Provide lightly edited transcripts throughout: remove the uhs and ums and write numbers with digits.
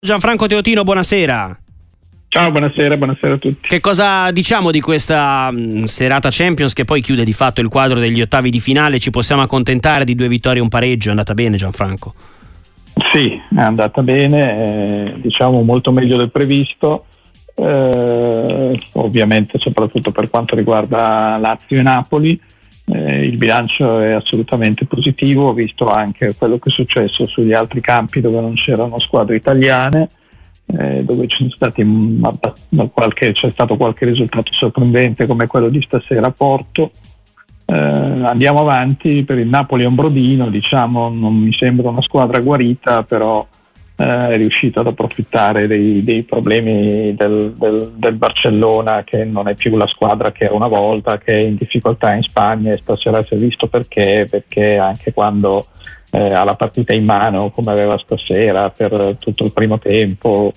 Gianfranco Teotino, buonasera. Ciao, buonasera a tutti. Che cosa diciamo di questa serata Champions che poi chiude di fatto il quadro degli ottavi di finale? Ci possiamo accontentare di 2 vittorie e un pareggio? È andata bene, Gianfranco? Sì, è andata bene, diciamo molto meglio del previsto, ovviamente soprattutto per quanto riguarda Lazio e Napoli. Il bilancio è assolutamente positivo, visto anche quello che è successo sugli altri campi dove non c'erano squadre italiane, dove c'è stato qualche risultato sorprendente come quello di stasera a Porto. Andiamo avanti. Per il Napoli è un brodino, diciamo, non mi sembra una squadra guarita, però è riuscito ad approfittare dei problemi del Barcellona, che non è più la squadra che era una volta, che è in difficoltà in Spagna, e stasera si è visto perché anche quando ha la partita in mano come aveva stasera per tutto il primo tempo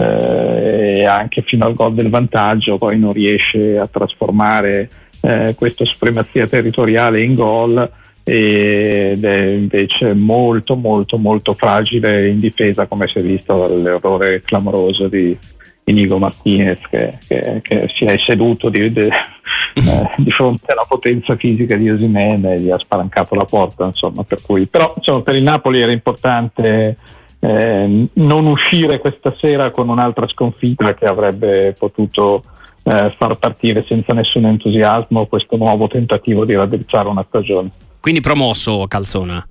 e anche fino al gol del vantaggio, poi non riesce a trasformare questa supremazia territoriale in gol, ed è invece molto molto molto fragile in difesa, come si è visto dall'errore clamoroso di Inigo Martinez che si è seduto di fronte alla potenza fisica di Osimhen e gli ha spalancato la porta, insomma, per il Napoli era importante non uscire questa sera con un'altra sconfitta che avrebbe potuto far partire senza nessun entusiasmo questo nuovo tentativo di raddrizzare una stagione. Quindi promosso Calzona?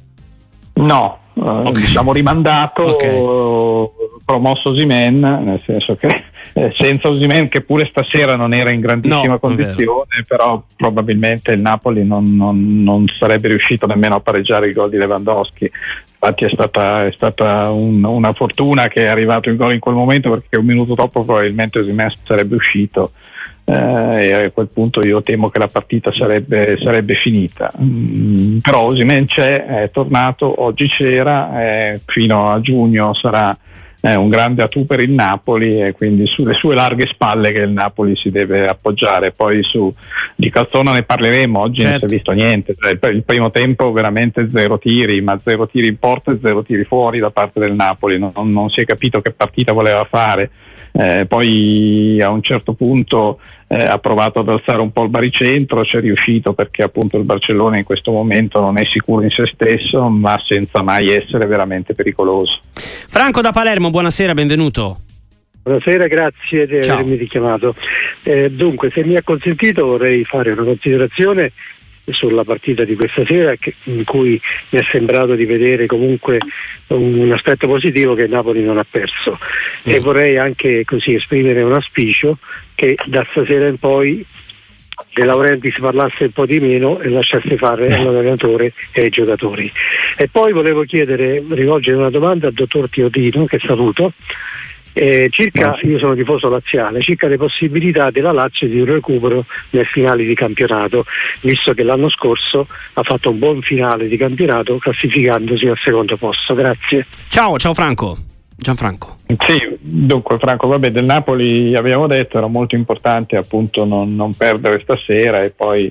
No, diciamo rimandato, promosso Osimhen, nel senso che senza Osimhen, che pure stasera non era in grandissima condizione, però probabilmente il Napoli non sarebbe riuscito nemmeno a pareggiare il gol di Lewandowski. Infatti è stata una fortuna che è arrivato il gol in quel momento, perché un minuto dopo probabilmente Osimhen sarebbe uscito. E a quel punto io temo che la partita sarebbe finita, però Osimhen è tornato, oggi c'era, fino a giugno sarà un grande attu per il Napoli, e quindi sulle sue larghe spalle che il Napoli si deve appoggiare. Poi di Calzona ne parleremo, oggi non si è visto niente, il primo tempo veramente 0 tiri, ma 0 tiri in porta e 0 tiri fuori da parte del Napoli, non si è capito che partita voleva fare. Poi a un certo punto ha provato ad alzare un po' il baricentro, c'è riuscito perché appunto il Barcellona in questo momento non è sicuro in se stesso, ma senza mai essere veramente pericoloso. Franco da Palermo, buonasera, benvenuto. Buonasera, grazie di avermi richiamato. Dunque, se mi ha consentito, vorrei fare una considerazione sulla partita di questa sera, in cui mi è sembrato di vedere comunque un aspetto positivo, che Napoli non ha perso, e vorrei anche così esprimere un auspicio che da stasera in poi De Laurentiis parlasse un po' di meno e lasciasse fare all'allenatore e ai giocatori. E poi volevo rivolgere una domanda al dottor Teotino, che saluto. Io sono tifoso laziale, circa le possibilità della Lazio di un recupero nel finale di campionato, visto che l'anno scorso ha fatto un buon finale di campionato classificandosi al secondo posto. Grazie. Ciao Franco. Gianfranco. Sì, dunque Franco, del Napoli abbiamo detto era molto importante appunto non perdere stasera, e poi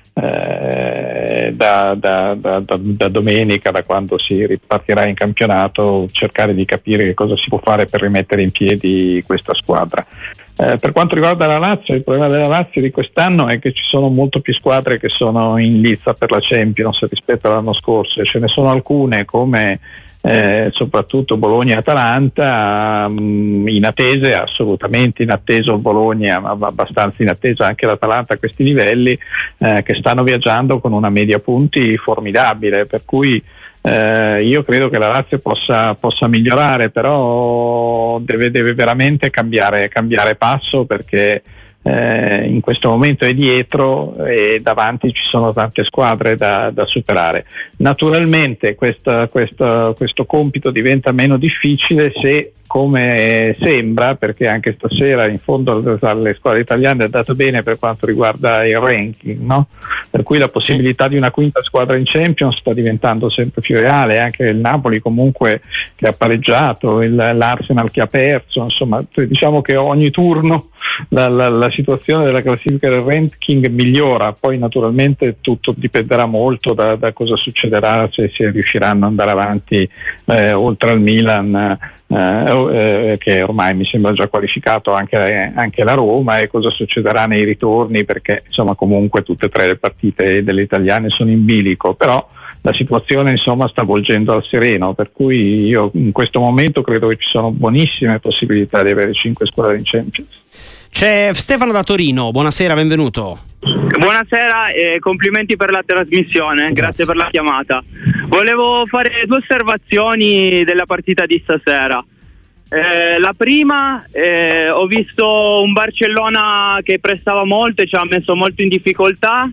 da domenica, da quando si ripartirà in campionato, cercare di capire che cosa si può fare per rimettere in piedi questa squadra. Per quanto riguarda la Lazio, il problema della Lazio di quest'anno è che ci sono molto più squadre che sono in lizza per la Champions rispetto all'anno scorso, e ce ne sono alcune come soprattutto Bologna e Atalanta assolutamente in atteso il Bologna, ma abbastanza in attesa anche l'Atalanta a questi livelli, che stanno viaggiando con una media punti formidabile, per cui io credo che la Lazio possa migliorare, però deve veramente cambiare passo, perché in questo momento è dietro e davanti ci sono tante squadre da superare. Naturalmente questo compito diventa meno difficile se, come sembra, perché anche stasera in fondo alle squadre italiane è andato bene per quanto riguarda il ranking, no? Per cui la possibilità di una quinta squadra in Champions sta diventando sempre più reale. Anche il Napoli comunque che ha pareggiato, l'Arsenal che ha perso, insomma diciamo che ogni turno la situazione della classifica del ranking migliora. Poi naturalmente tutto dipenderà molto da cosa succederà, se riusciranno ad andare avanti oltre al Milan che ormai mi sembra già qualificato anche la Roma, e cosa succederà nei ritorni, perché insomma comunque tutte e 3 le partite delle italiane sono in bilico, però la situazione insomma sta volgendo al sereno, per cui io in questo momento credo che ci sono buonissime possibilità di avere 5 squadre in Champions. C'è Stefano da Torino, buonasera, benvenuto. Buonasera e complimenti per la trasmissione, grazie per la chiamata. Volevo fare 2 osservazioni della partita di stasera. La prima, ho visto un Barcellona che prestava molto e ci ha messo molto in difficoltà,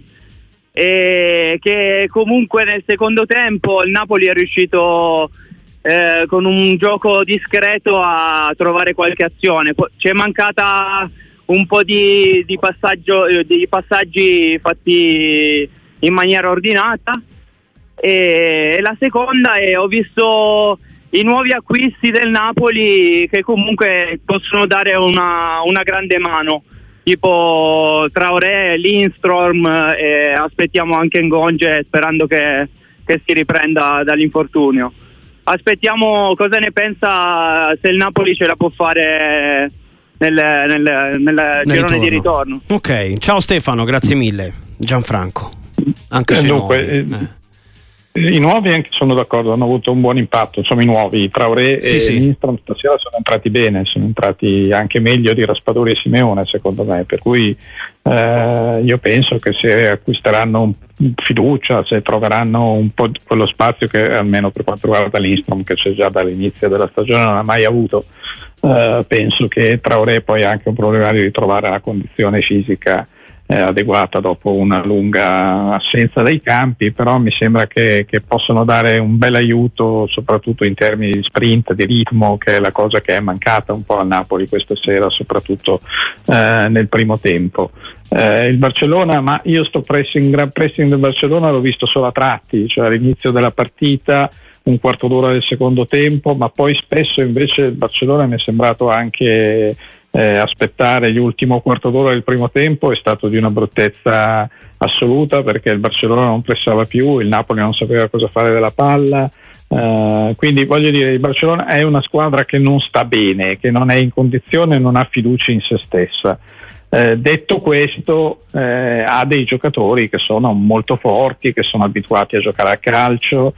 e che comunque nel secondo tempo il Napoli è riuscito con un gioco discreto a trovare qualche azione. Ci è mancata un po' di passaggi fatti in maniera ordinata, e la seconda è ho visto i nuovi acquisti del Napoli che comunque possono dare una grande mano, tipo Traoré, Lindstrom, e aspettiamo anche Ngonge, sperando che si riprenda dall'infortunio. Aspettiamo cosa ne pensa, se il Napoli ce la può fare nel girone di ritorno. Ok, ciao Stefano, grazie mille. Gianfranco, anche se i nuovi anche sono d'accordo, hanno avuto un buon impatto, insomma i nuovi Traoré e Lindstrom stasera sono entrati bene, sono entrati anche meglio di Raspadori e Simeone secondo me, per cui io penso che se acquisteranno fiducia, se troveranno un po' quello spazio che almeno per quanto riguarda Lindstrom, che c'è già dall'inizio della stagione, non ha mai avuto, penso che Traoré poi ha anche un problema di ritrovare la condizione fisica adeguata dopo una lunga assenza dai campi, però mi sembra che possono dare un bel aiuto soprattutto in termini di sprint, di ritmo, che è la cosa che è mancata un po' al Napoli questa sera, soprattutto nel primo tempo. Il Barcellona, ma io gran pressing del Barcellona l'ho visto solo a tratti, cioè all'inizio della partita, un quarto d'ora del secondo tempo, ma poi spesso invece il Barcellona mi è sembrato anche aspettare l'ultimo quarto d'ora del primo tempo è stato di una bruttezza assoluta, perché il Barcellona non pressava più, il Napoli non sapeva cosa fare della palla, quindi voglio dire, il Barcellona è una squadra che non sta bene, che non è in condizione, non ha fiducia in se stessa. Detto questo, ha dei giocatori che sono molto forti, che sono abituati a giocare a calcio,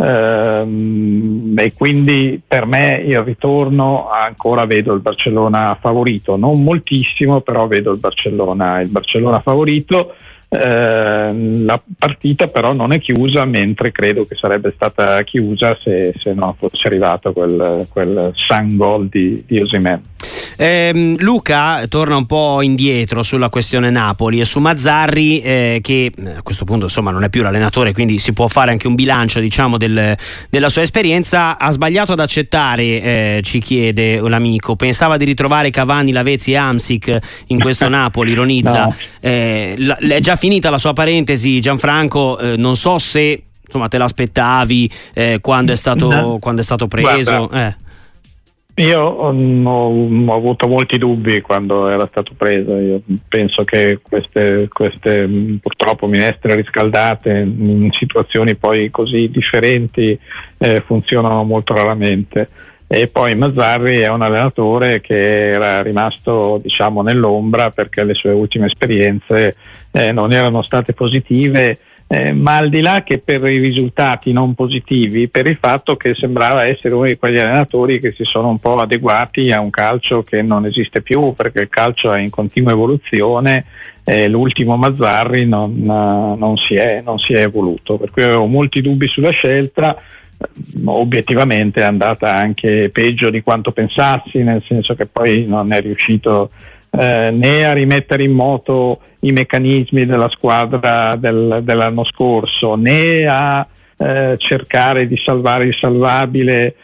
e quindi per me il ritorno ancora vedo il Barcellona favorito, non moltissimo, però vedo il Barcellona favorito. La partita però non è chiusa, mentre credo che sarebbe stata chiusa se non fosse arrivato quel San gol di Osimhen. Luca torna un po' indietro sulla questione Napoli e su Mazzarri, che a questo punto insomma non è più l'allenatore, quindi si può fare anche un bilancio, diciamo, della sua esperienza. Ha sbagliato ad accettare, ci chiede l'amico, pensava di ritrovare Cavani, Lavezzi e Hamsik in questo Napoli, ironizza. No. È già finita la sua parentesi, Gianfranco, non so se insomma te l'aspettavi quando è stato preso. Guarda, io ho avuto molti dubbi quando era stato preso. Io penso che queste purtroppo minestre riscaldate in situazioni poi così differenti funzionano molto raramente. E poi Mazzarri è un allenatore che era rimasto, diciamo, nell'ombra perché le sue ultime esperienze non erano state positive, ma al di là che per i risultati non positivi, per il fatto che sembrava essere uno di quegli allenatori che si sono un po' adeguati a un calcio che non esiste più, perché il calcio è in continua evoluzione. L'ultimo Mazzarri non si è evoluto, per cui avevo molti dubbi sulla scelta. Obiettivamente è andata anche peggio di quanto pensassi, nel senso che poi non è riuscito né a rimettere in moto i meccanismi della squadra dell'anno scorso, né a cercare di salvare il salvabile,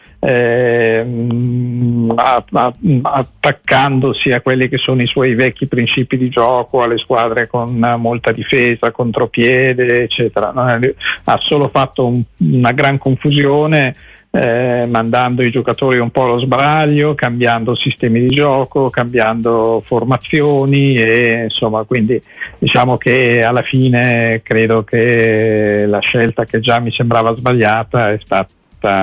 attaccandosi a quelli che sono i suoi vecchi principi di gioco, alle squadre con molta difesa, contropiede, eccetera. Ha solo fatto una gran confusione, mandando i giocatori un po' allo sbaraglio, cambiando sistemi di gioco, cambiando formazioni, e insomma, quindi diciamo che alla fine credo che la scelta che già mi sembrava sbagliata è stata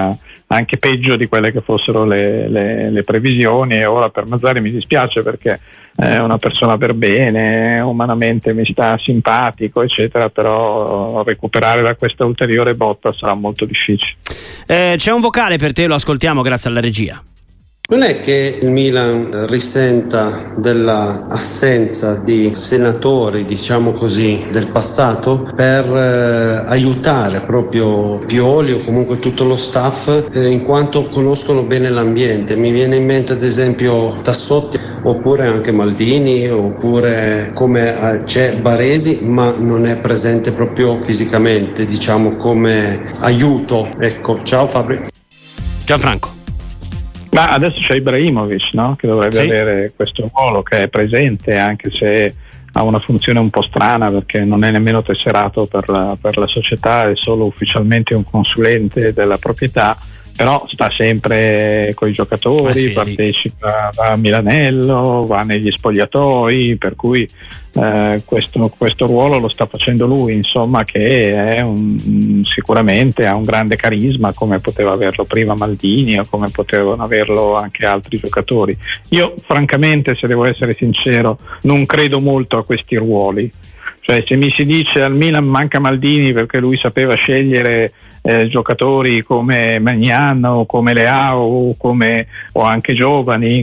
anche peggio di quelle che fossero le previsioni, e ora per Mazzarri mi dispiace perché è una persona per bene, umanamente mi sta simpatico eccetera, però recuperare da questa ulteriore botta sarà molto difficile. C'è un vocale per te, lo ascoltiamo grazie alla regia. Non è che il Milan risenta della assenza di senatori, diciamo così, del passato per aiutare proprio Pioli o comunque tutto lo staff in quanto conoscono bene l'ambiente. Mi viene in mente ad esempio Tassotti oppure anche Maldini, oppure come c'è Baresi ma non è presente proprio fisicamente, diciamo come aiuto. Ecco, ciao Fabri. Gianfranco. Ma adesso c'è Ibrahimovic, no? Che dovrebbe avere questo ruolo, che è presente anche se ha una funzione un po' strana perché non è nemmeno tesserato per la società, è solo ufficialmente un consulente della proprietà, però sta sempre con i giocatori, partecipa a Milanello, va negli spogliatoi, per cui questo ruolo lo sta facendo lui, insomma, che è sicuramente ha un grande carisma come poteva averlo prima Maldini o come potevano averlo anche altri giocatori. Io francamente, se devo essere sincero, non credo molto a questi ruoli, cioè se mi si dice al Milan manca Maldini perché lui sapeva scegliere giocatori come Magnano, come Leao o anche giovani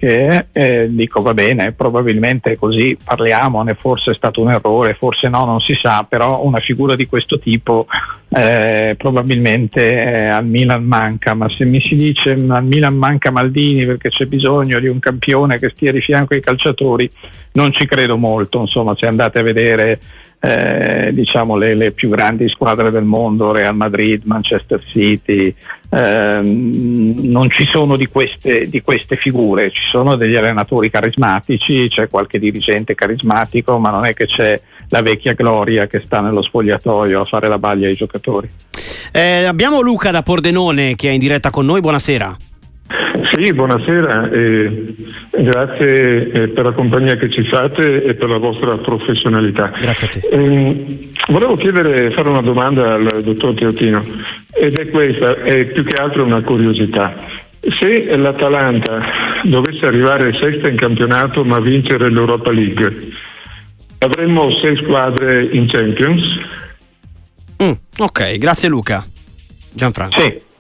dico va bene, probabilmente così parliamone, forse è stato un errore, forse no, non si sa, però una figura di questo tipo probabilmente al Milan manca. Ma se mi si dice al Milan manca Maldini perché c'è bisogno di un campione che stia di fianco ai calciatori, non ci credo molto. Insomma, se andate a vedere diciamo le più grandi squadre del mondo, Real Madrid, Manchester City, non ci sono di queste figure, ci sono degli allenatori carismatici, c'è qualche dirigente carismatico, ma non è che c'è la vecchia gloria che sta nello spogliatoio a fare la baglia ai giocatori. Abbiamo Luca da Pordenone che è in diretta con noi, buonasera. Sì, buonasera, grazie per la compagnia che ci fate e per la vostra professionalità. Grazie a te. Volevo fare una domanda al dottor Teotino, ed è questa, è più che altro una curiosità. Se l'Atalanta dovesse arrivare sesta in campionato ma vincere l'Europa League, avremmo 6 squadre in Champions? Ok, grazie Luca. Gianfranco.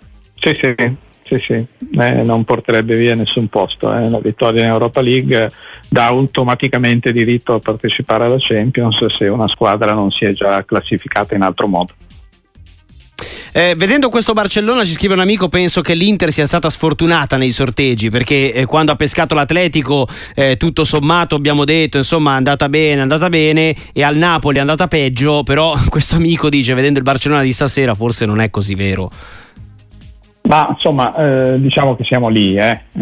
Sì, non porterebbe via nessun posto. La vittoria in Europa League dà automaticamente diritto a partecipare alla Champions se una squadra non si è già classificata in altro modo. Vedendo questo Barcellona, ci scrive un amico, penso che l'Inter sia stata sfortunata nei sorteggi perché quando ha pescato l'Atletico tutto sommato abbiamo detto insomma è andata bene, e al Napoli è andata peggio, però questo amico dice vedendo il Barcellona di stasera forse non è così vero. Ma insomma diciamo che siamo lì,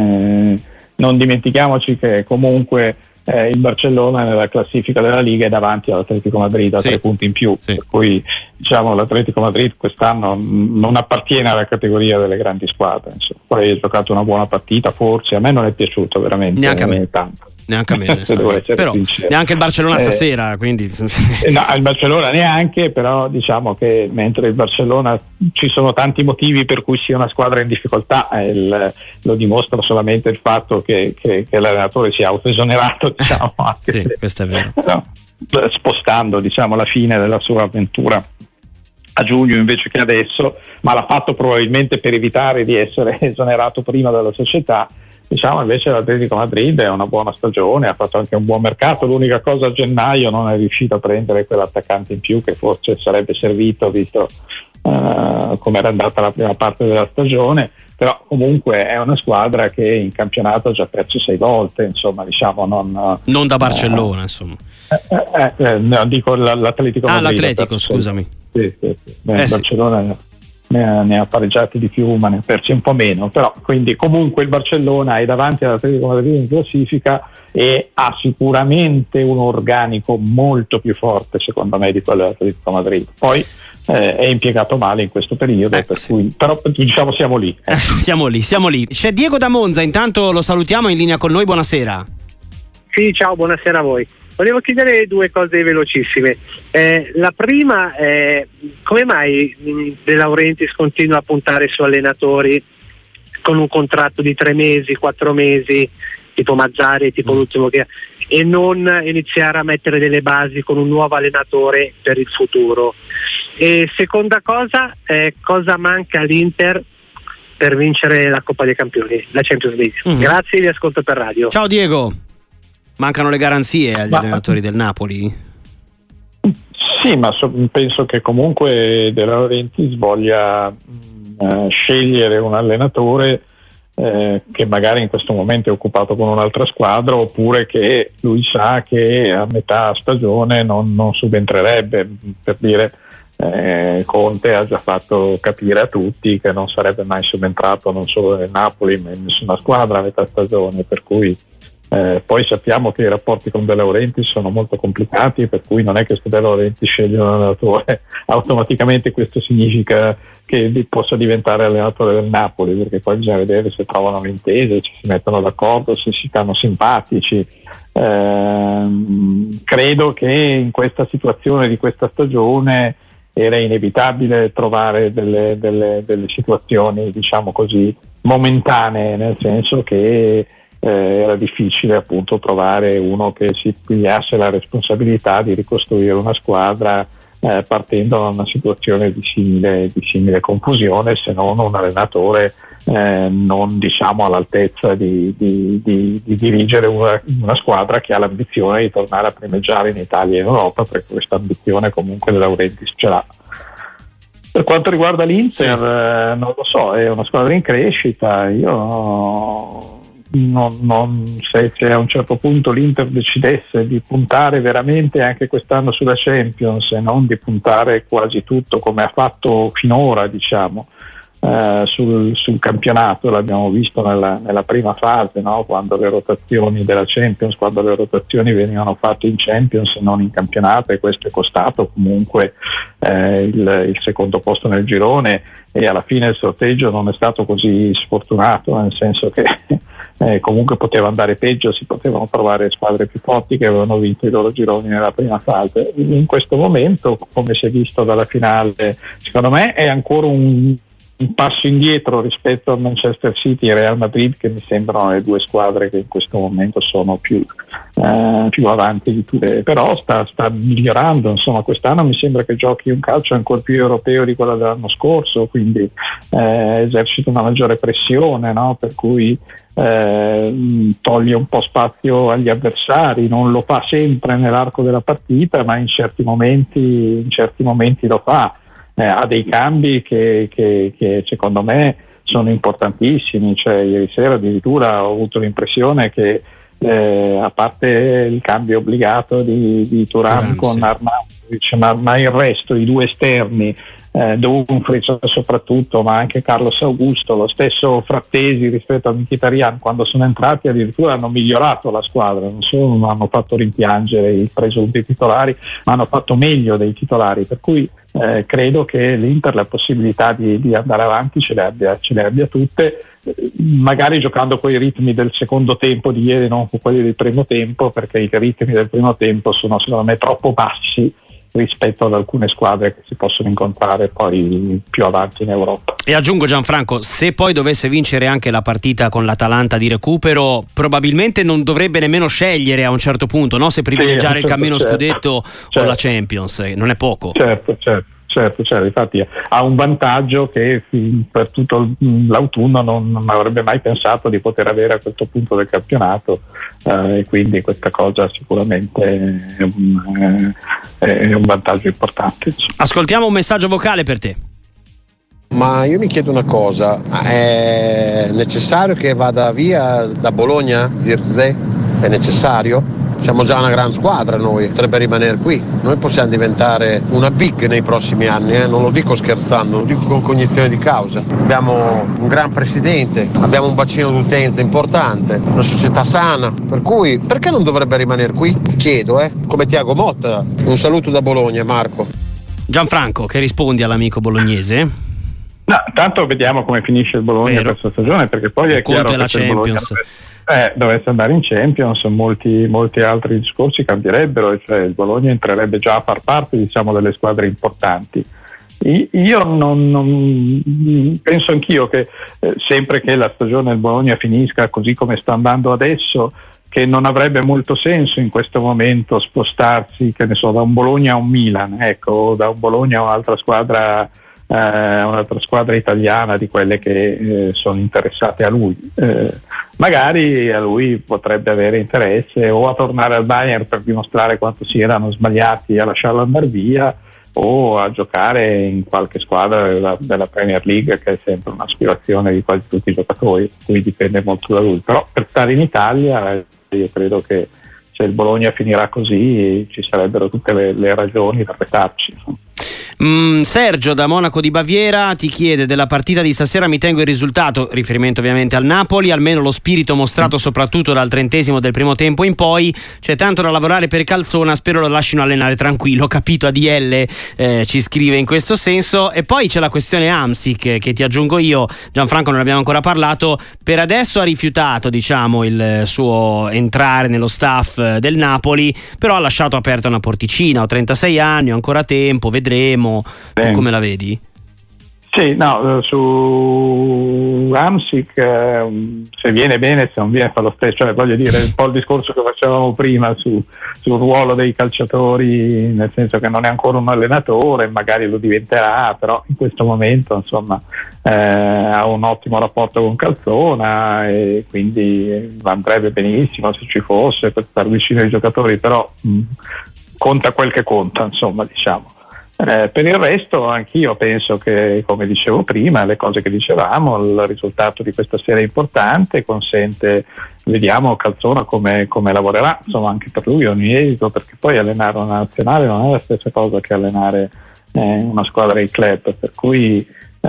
non dimentichiamoci che comunque il Barcellona nella classifica della Liga è davanti all'Atletico Madrid a 3 punti in più, per cui diciamo l'Atletico Madrid quest'anno non appartiene alla categoria delle grandi squadre, insomma. Poi ha giocato una buona partita, forse a me non è piaciuto veramente neanche a me. Tanto. Neanche a me, però neanche il Barcellona stasera, quindi no, il Barcellona neanche, però diciamo che mentre il Barcellona ci sono tanti motivi per cui sia una squadra in difficoltà, lo dimostra solamente il fatto che l'allenatore si è autoesonerato, diciamo, anche questo è vero. No, spostando diciamo la fine della sua avventura a giugno invece che adesso, ma l'ha fatto probabilmente per evitare di essere esonerato prima dalla società. Diciamo invece l'Atletico Madrid è una buona stagione, ha fatto anche un buon mercato, l'unica cosa a gennaio non è riuscito a prendere quell'attaccante in più che forse sarebbe servito visto come era andata la prima parte della stagione, però comunque è una squadra che in campionato ha già perso 6 volte, insomma diciamo non da Barcellona insomma. No, dico l'Atletico Madrid. L'Atletico, scusami. Sì. Barcellona ne ha pareggiati di più ma ne ha persi un po' meno, però quindi comunque il Barcellona è davanti all'Atletico Madrid in classifica e ha sicuramente un organico molto più forte secondo me di quello dell'Atletico Madrid. Poi è impiegato male in questo periodo, cui, però diciamo siamo lì. Siamo lì. C'è Diego da Monza, intanto lo salutiamo, in linea con noi, buonasera. Sì, ciao, buonasera a voi. volevo chiedere due cose velocissime. La prima è come mai De Laurentiis continua a puntare su allenatori con un contratto di 3 mesi, 4 mesi, tipo Mazzarri, tipo l'ultimo che ha, e non iniziare a mettere delle basi con un nuovo allenatore per il futuro. E seconda cosa, cosa manca all'Inter per vincere la Coppa dei Campioni, la Champions League? Grazie, vi ascolto per radio. Ciao Diego. Mancano le garanzie agli allenatori del Napoli? Sì, ma penso che comunque De Laurentiis voglia scegliere un allenatore che magari in questo momento è occupato con un'altra squadra, oppure che lui sa che a metà stagione non subentrerebbe. Per dire, Conte ha già fatto capire a tutti che non sarebbe mai subentrato non solo nel Napoli ma in nessuna squadra a metà stagione, per cui poi sappiamo che i rapporti con De Laurentiis sono molto complicati, per cui non è che se De Laurentiis sceglie un allenatore automaticamente questo significa che possa diventare allenatore del Napoli, perché poi bisogna vedere se trovano l'intesa, se si mettono d'accordo, se si stanno simpatici. Credo che in questa situazione di questa stagione era inevitabile trovare delle situazioni, diciamo così, momentanee, nel senso che era difficile appunto trovare uno che si pigliasse la responsabilità di ricostruire una squadra partendo da una situazione di simile confusione, se non un allenatore non diciamo all'altezza di dirigere una squadra che ha l'ambizione di tornare a primeggiare in Italia e in Europa, perché questa ambizione comunque De Laurentiis ce l'ha. Per quanto riguarda l'Inter, non lo so, è una squadra in crescita. Io se a un certo punto l'Inter decidesse di puntare veramente anche quest'anno sulla Champions e non di puntare quasi tutto come ha fatto finora, diciamo, sul campionato, l'abbiamo visto nella prima fase, no? Quando le rotazioni della Champions, quando le rotazioni venivano fatte in Champions e non in campionato, e questo è costato comunque il secondo posto nel girone, e alla fine il sorteggio non è stato così sfortunato, nel senso che comunque poteva andare peggio, si potevano trovare squadre più forti che avevano vinto i loro gironi nella prima fase. In questo momento, come si è visto dalla finale, secondo me è ancora un passo indietro rispetto a Manchester City e Real Madrid, che mi sembrano le due squadre che in questo momento sono più avanti di tutte, però sta migliorando. Insomma, quest'anno mi sembra che giochi un calcio ancora più europeo di quello dell'anno scorso, quindi esercita una maggiore pressione, no? Per cui toglie un po' spazio agli avversari, non lo fa sempre nell'arco della partita, ma in certi momenti lo fa. Ha dei cambi che secondo me sono importantissimi, cioè ieri sera addirittura ho avuto l'impressione che a parte il cambio obbligato di Thuram con Arnautovic, ma il resto, i due esterni, Dumfries soprattutto, ma anche Carlos Augusto, lo stesso Frattesi rispetto a Mkhitaryan, quando sono entrati addirittura hanno migliorato la squadra, non solo non hanno fatto rimpiangere i presunti titolari, ma hanno fatto meglio dei titolari, per cui credo che l'Inter la possibilità di andare avanti ce le abbia tutte, magari giocando con i ritmi del secondo tempo di ieri, non con quelli del primo tempo, perché i ritmi del primo tempo sono secondo me troppo bassi rispetto ad alcune squadre che si possono incontrare poi più avanti in Europa. E aggiungo, Gianfranco, se poi dovesse vincere anche la partita con l'Atalanta di recupero, probabilmente non dovrebbe nemmeno scegliere a un certo punto, no? Se privilegiare il cammino scudetto o la Champions, non è poco. Certo, infatti ha un vantaggio che per tutto l'autunno non avrebbe mai pensato di poter avere a questo punto del campionato, e quindi questa cosa sicuramente è un vantaggio importante. Ascoltiamo un messaggio vocale per te. Ma io mi chiedo una cosa, è necessario che vada via da Bologna Zirkzee? È necessario? Siamo già una gran squadra noi, potrebbe rimanere qui. Noi possiamo diventare una big nei prossimi anni, non lo dico scherzando, lo dico con cognizione di causa. Abbiamo un gran presidente, abbiamo un bacino d'utenza importante, una società sana, per cui perché non dovrebbe rimanere qui? Chiedo, come Thiago Motta. Un saluto da Bologna, Marco. Gianfranco, che rispondi all'amico bolognese? No, tanto vediamo come finisce il Bologna questa stagione, perché poi è chiaro che la Champions. dovesse andare in Champions, molti altri discorsi cambierebbero, cioè il Bologna entrerebbe già a far parte, diciamo, delle squadre importanti. Io non penso anch'io che sempre che la stagione del Bologna finisca così come sta andando adesso, che non avrebbe molto senso in questo momento spostarsi, che ne so, da un Bologna a un Milan, ecco, da un Bologna a un'altra squadra italiana di quelle che sono interessate a lui. Magari a lui potrebbe avere interesse o a tornare al Bayern per dimostrare quanto si erano sbagliati a lasciarlo andare via, o a giocare in qualche squadra della Premier League, che è sempre un'aspirazione di quasi tutti i giocatori, quindi dipende molto da lui. Però per stare in Italia io credo che se il Bologna finirà così ci sarebbero tutte le ragioni per restarci. Sergio da Monaco di Baviera ti chiede: della partita di stasera mi tengo il risultato, riferimento ovviamente al Napoli, almeno lo spirito mostrato soprattutto dal 30° del primo tempo in poi, c'è tanto da lavorare per Calzona, spero lo lasciano allenare tranquillo, capito ADL, ci scrive in questo senso. E poi c'è la questione Hamsik, che ti aggiungo io, Gianfranco non abbiamo ancora parlato, per adesso ha rifiutato, diciamo, il suo entrare nello staff del Napoli, però ha lasciato aperta una porticina, ho 36 anni, ho ancora tempo, vedremo. Come la vedi? Sì, no, su Hamsik se viene bene, se non viene fa lo stesso, cioè voglio dire un po' il discorso che facevamo prima sul ruolo dei calciatori, nel senso che non è ancora un allenatore, magari lo diventerà, però in questo momento insomma ha un ottimo rapporto con Calzona e quindi andrebbe benissimo se ci fosse per stare vicino ai giocatori, però conta quel che conta, insomma, diciamo. Per il resto anch'io penso che, come dicevo prima, le cose che dicevamo, il risultato di questa sera è importante, consente, vediamo Calzona come lavorerà, insomma anche per lui è un esito, perché poi allenare una nazionale non è la stessa cosa che allenare una squadra di club, per cui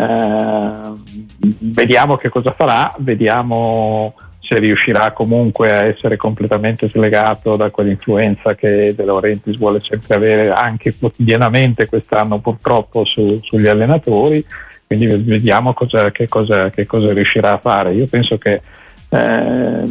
vediamo che cosa farà, vediamo se riuscirà comunque a essere completamente slegato da quell'influenza che De Laurentiis vuole sempre avere anche quotidianamente quest'anno purtroppo sugli allenatori, quindi vediamo che cosa riuscirà a fare. Io penso che è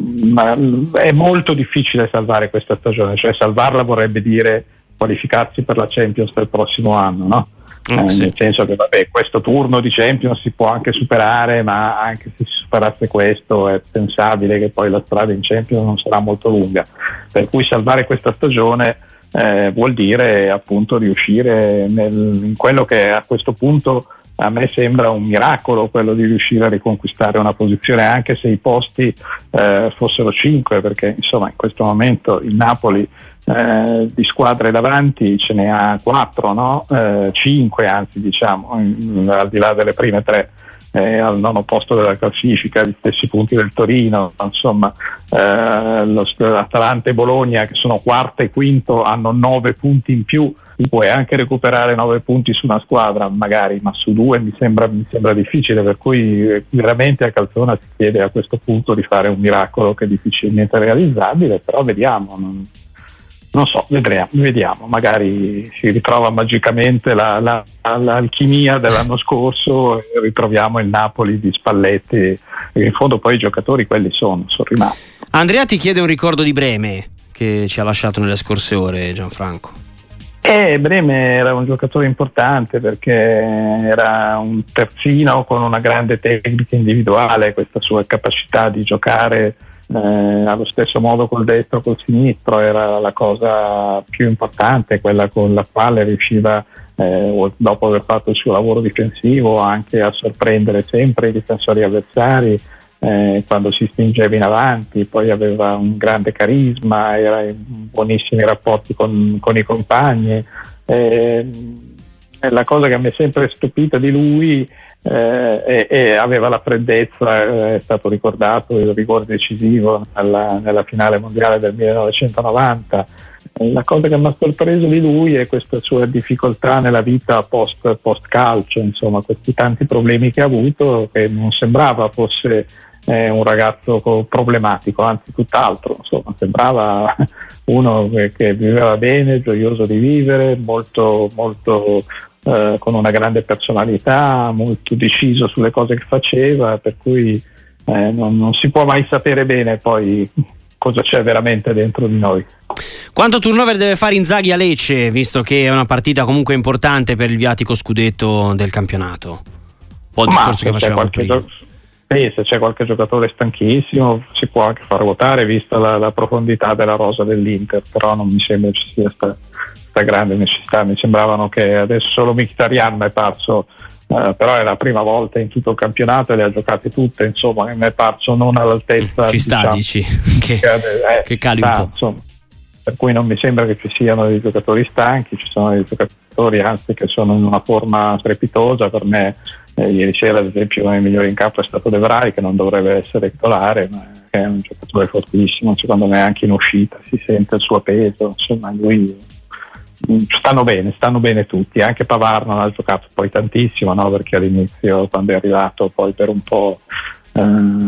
molto difficile salvare questa stagione, cioè salvarla vorrebbe dire qualificarsi per la Champions del prossimo anno, no? Sì. Nel senso che vabbè, questo turno di Champions si può anche superare, ma anche se si superasse questo è pensabile che poi la strada in Champions non sarà molto lunga, per cui salvare questa stagione vuol dire appunto riuscire in quello che a questo punto a me sembra un miracolo, quello di riuscire a riconquistare una posizione, anche se i posti fossero 5, perché insomma in questo momento il Napoli di squadre davanti ce ne ha 4, no? 5 anzi, diciamo, al di là delle prime 3 al 9° posto della classifica, gli stessi punti del Torino, insomma Atalanta e Bologna, che sono quarta e quinto, hanno 9 punti in più. Puoi anche recuperare 9 punti su una squadra magari, ma su 2 mi sembra difficile, per cui veramente a Calzona si chiede a questo punto di fare un miracolo che è difficilmente realizzabile, però vediamo, non so, vediamo, magari si ritrova magicamente l'alchimia dell'anno scorso e ritroviamo il Napoli di Spalletti, e in fondo poi i giocatori quelli sono rimasti. Andrea ti chiede un ricordo di Breme che ci ha lasciato nelle scorse ore, Gianfranco. Breme era un giocatore importante perché era un terzino con una grande tecnica individuale, questa sua capacità di giocare allo stesso modo col destro col sinistro era la cosa più importante, quella con la quale riusciva dopo aver fatto il suo lavoro difensivo anche a sorprendere sempre i difensori avversari quando si spingeva in avanti. Poi aveva un grande carisma, era in buonissimi rapporti con i compagni, la cosa che mi è sempre stupita di lui aveva la freddezza, è stato ricordato il rigore decisivo nella finale mondiale del 1990. La cosa che mi ha sorpreso di lui è questa sua difficoltà nella vita post calcio, insomma questi tanti problemi che ha avuto, che non sembrava fosse un ragazzo problematico, anzi tutt'altro, insomma sembrava uno che viveva bene, gioioso di vivere, molto con una grande personalità, molto deciso sulle cose che faceva, per cui non si può mai sapere bene poi cosa c'è veramente dentro di noi. Quanto turnover deve fare Inzaghi a Lecce, visto che è una partita comunque importante per il viatico scudetto del campionato? Un po' il discorso che facevamo prima. Se c'è qualche giocatore stanchissimo si può anche far votare, vista la profondità della rosa dell'Inter, però non mi sembra ci sia sta grande necessità. Mi sembravano che adesso solo Mkhitaryan è parso, però è la prima volta in tutto il campionato e le ha giocate tutte, insomma, mi è parso non all'altezza. Ci sta, dici che cali un po'. Insomma, per cui non mi sembra che ci siano dei giocatori stanchi, ci sono dei giocatori anzi che sono in una forma strepitosa. Per me ieri sera ad esempio uno dei migliori in campo è stato De Vrij, che non dovrebbe essere titolare, ma è un giocatore fortissimo, secondo me anche in uscita si sente il suo peso, insomma lui stanno bene tutti, anche Pavard non ha giocato poi tantissimo, no? Perché all'inizio quando è arrivato poi per un po' ha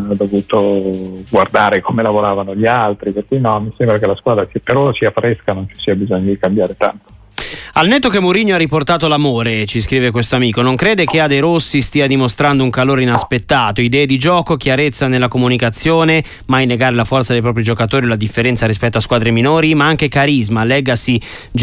dovuto guardare come lavoravano gli altri, per cui no, mi sembra che la squadra che per ora sia fresca, non ci sia bisogno di cambiare tanto. Al netto che Mourinho ha riportato l'amore, ci scrive questo amico, non crede che Ade Rossi stia dimostrando un calore inaspettato, idee di gioco, chiarezza nella comunicazione, mai negare la forza dei propri giocatori o la differenza rispetto a squadre minori, ma anche carisma, legacy,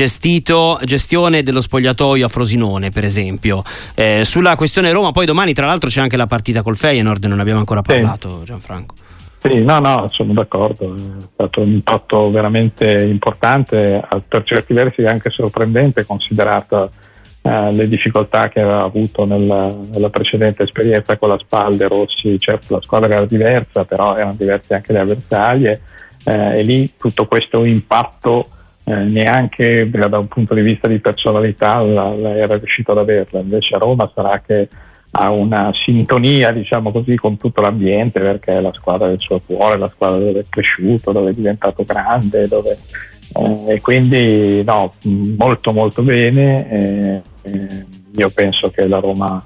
gestione dello spogliatoio a Frosinone per esempio. Sulla questione Roma poi domani tra l'altro c'è anche la partita col Feyenoord, non abbiamo ancora parlato, Gianfranco. Sì, no, sono d'accordo, è stato un impatto veramente importante, per certi versi anche sorprendente considerata le difficoltà che aveva avuto nella precedente esperienza con la Spalde Rossi. Certo la squadra era diversa, però erano diverse anche le avversarie, e lì tutto questo impatto neanche da un punto di vista di personalità era riuscito ad averla. Invece a Roma sarà che ha una sintonia, diciamo così, con tutto l'ambiente, perché è la squadra del suo cuore, la squadra dove è cresciuto, dove è diventato grande, e quindi no, molto molto bene. Io penso che la Roma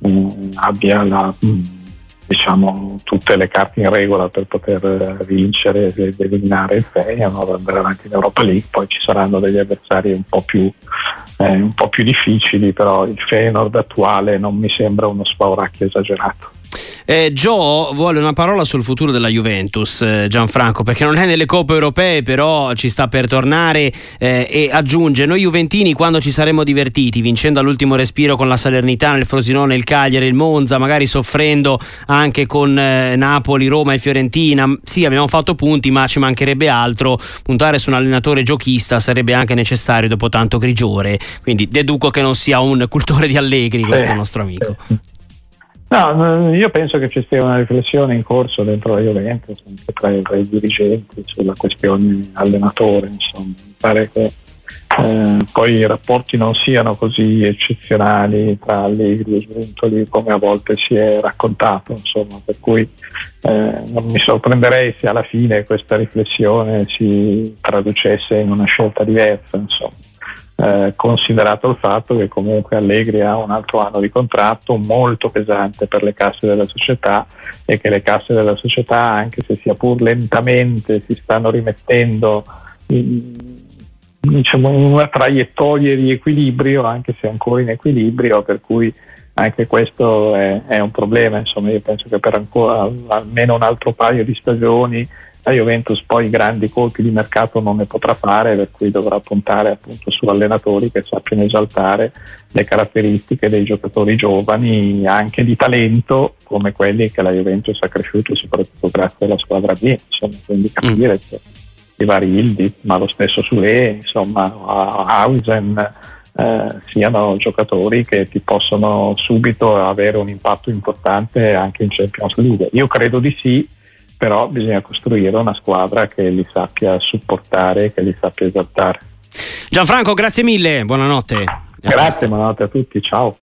abbia diciamo tutte le carte in regola per poter vincere ed eliminare il Feyenoord, andare avanti in Europa League. Poi ci saranno degli avversari un po' più difficili, però il Feyenoord attuale non mi sembra uno spauracchio esagerato. Gio vuole una parola sul futuro della Juventus, Gianfranco, perché non è nelle coppe europee, però ci sta per tornare, e aggiunge: noi juventini quando ci saremmo divertiti vincendo all'ultimo respiro con la Salernitana, il Frosinone, il Cagliari, il Monza, magari soffrendo anche con Napoli, Roma e Fiorentina, sì, abbiamo fatto punti ma ci mancherebbe altro, puntare su un allenatore giochista sarebbe anche necessario dopo tanto grigiore, quindi deduco che non sia un cultore di Allegri questo nostro amico. No, io penso che ci sia una riflessione in corso dentro la Juventus, anche tra i dirigenti, sulla questione allenatore, insomma. Mi pare che poi i rapporti non siano così eccezionali tra Allegri e Giuntoli come a volte si è raccontato, insomma, per cui non mi sorprenderei se alla fine questa riflessione si traducesse in una scelta diversa, insomma. Considerato il fatto che comunque Allegri ha un altro anno di contratto molto pesante per le casse della società, e che le casse della società, anche se sia pur lentamente, si stanno rimettendo diciamo in una traiettoria di equilibrio, anche se ancora in equilibrio, per cui anche questo è un problema. Insomma, io penso che per ancora almeno un altro paio di stagioni la Juventus poi grandi colpi di mercato non ne potrà fare, per cui dovrà puntare appunto su allenatori che sappiano esaltare le caratteristiche dei giocatori giovani, anche di talento, come quelli che la Juventus ha cresciuto soprattutto grazie alla squadra B, insomma, quindi capire che i vari Ildi, ma lo stesso Sule, insomma, Hausen, siano giocatori che ti possono subito avere un impatto importante anche in Champions League. Io credo di sì, però bisogna costruire una squadra che li sappia supportare, che li sappia esaltare. Gianfranco, grazie mille, buonanotte. Grazie, buonanotte a tutti, ciao.